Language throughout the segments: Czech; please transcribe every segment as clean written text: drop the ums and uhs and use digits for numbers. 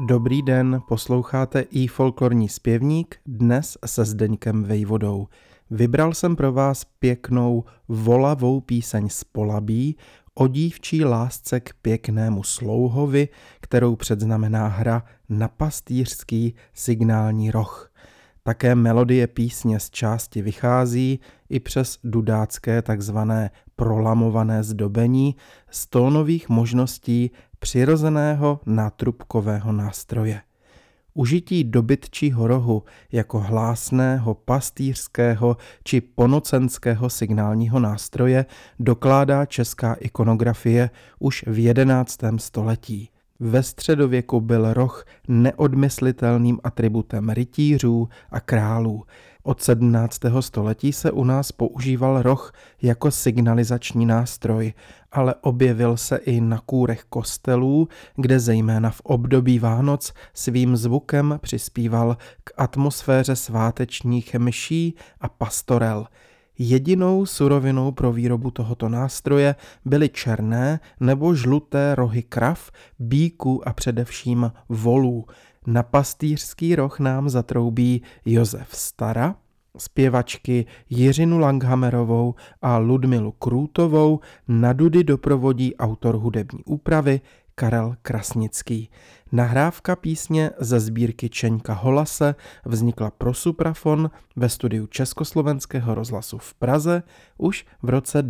Dobrý den, posloucháte i folklorní zpěvník, dnes se Zdeňkem Vejvodou. Vybral jsem pro vás pěknou volavou píseň z Polabí o dívčí lásce k pěknému slouhovi, kterou předznamená hra na pastýřský signální roh. Také melodie písně z části vychází i přes dudácké takzvané prolamované zdobení z tónových možností přirozeného nátrubkového nástroje. Užití dobytčího rohu jako hlásného, pastýřského či ponocenského signálního nástroje dokládá česká ikonografie už v 11. století. Ve středověku byl roh neodmyslitelným atributem rytířů a králů. Od 17. století se u nás používal roh jako signalizační nástroj, ale objevil se i na kůrech kostelů, kde zejména v období Vánoc svým zvukem přispíval k atmosféře svátečních mší a pastorel. Jedinou surovinou pro výrobu tohoto nástroje byly černé nebo žluté rohy krav, býků a především volů. Na pastýřský roh nám zatroubí Josef Stara, zpěvačky Jiřinu Langhammerovou a Ludmilu Krůtovou, na dudy doprovodí autor hudební úpravy Karel Krasnický. Nahrávka písně ze sbírky Čeňka Holase vznikla pro suprafon ve studiu Československého rozhlasu v Praze už v roce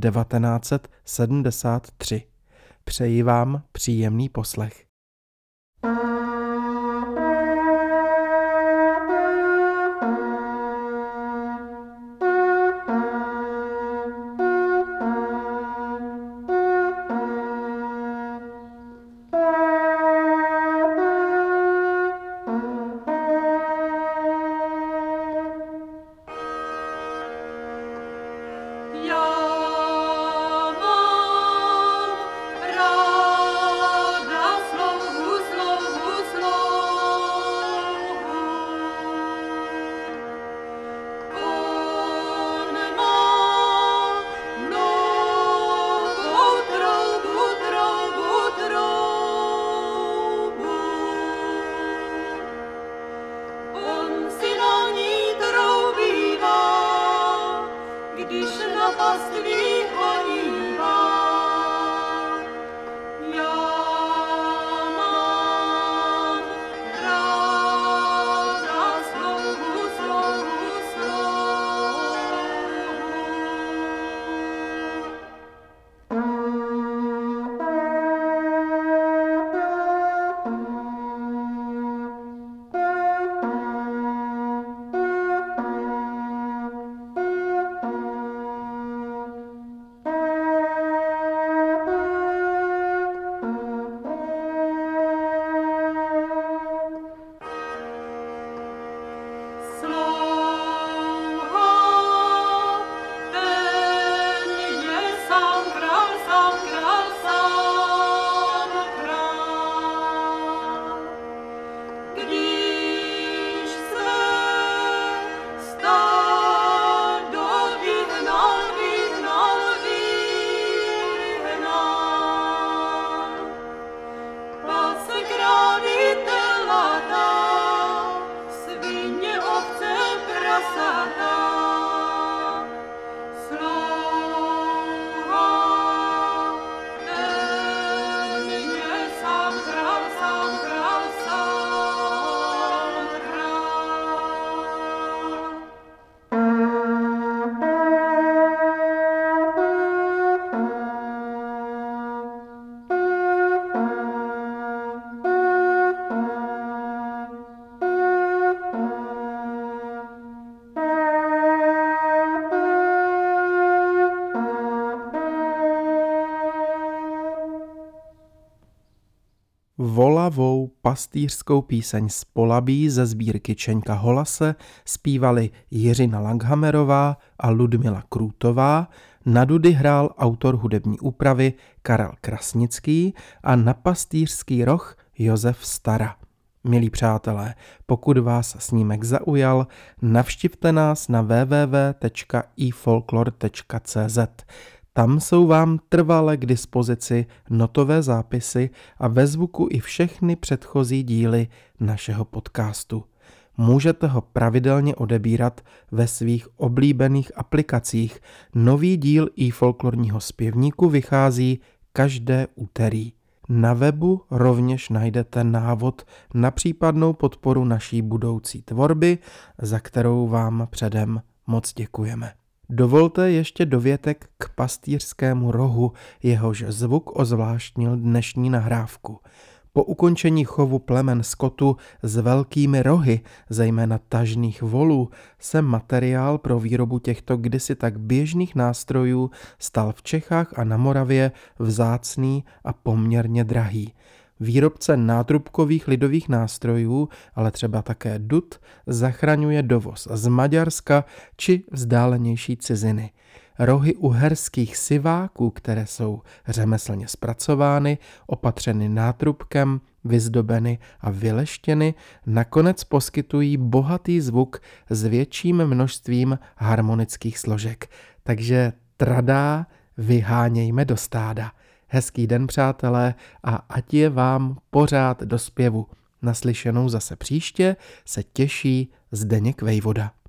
1973. Přeji vám příjemný poslech. Volavou pastýřskou píseň z Polabí ze sbírky Čeňka Holase zpívali Jiřina Langhammerová a Ludmila Krůtová, na dudy hrál autor hudební úpravy Karel Krasnický a na pastýřský roh Josef Stara. Milí přátelé, pokud vás snímek zaujal, navštivte nás na www.ifolklor.cz. Tam jsou vám trvale k dispozici notové zápisy a ve zvuku i všechny předchozí díly našeho podcastu. Můžete ho pravidelně odebírat ve svých oblíbených aplikacích. Nový díl iFolklorního zpěvníku vychází každé úterý. Na webu rovněž najdete návod na případnou podporu naší budoucí tvorby, za kterou vám předem moc děkujeme. Dovolte ještě dovětek k pastýřskému rohu, jehož zvuk ozvláštnil dnešní nahrávku. Po ukončení chovu plemen skotu s velkými rohy, zejména tažných volů, se materiál pro výrobu těchto kdysi tak běžných nástrojů stal v Čechách a na Moravě vzácný a poměrně drahý. Výrobce nátrubkových lidových nástrojů, ale třeba také dud, zachraňuje dovoz z Maďarska či vzdálenější ciziny. Rohy uherských siváků, které jsou řemeslně zpracovány, opatřeny nátrubkem, vyzdobeny a vyleštěny, nakonec poskytují bohatý zvuk s větším množstvím harmonických složek. Takže tradá, vyhánějme do stáda. Hezký den, přátelé, a ať je vám pořád do zpěvu. Naslyšenou zase příště se těší Zdeněk Vejvoda.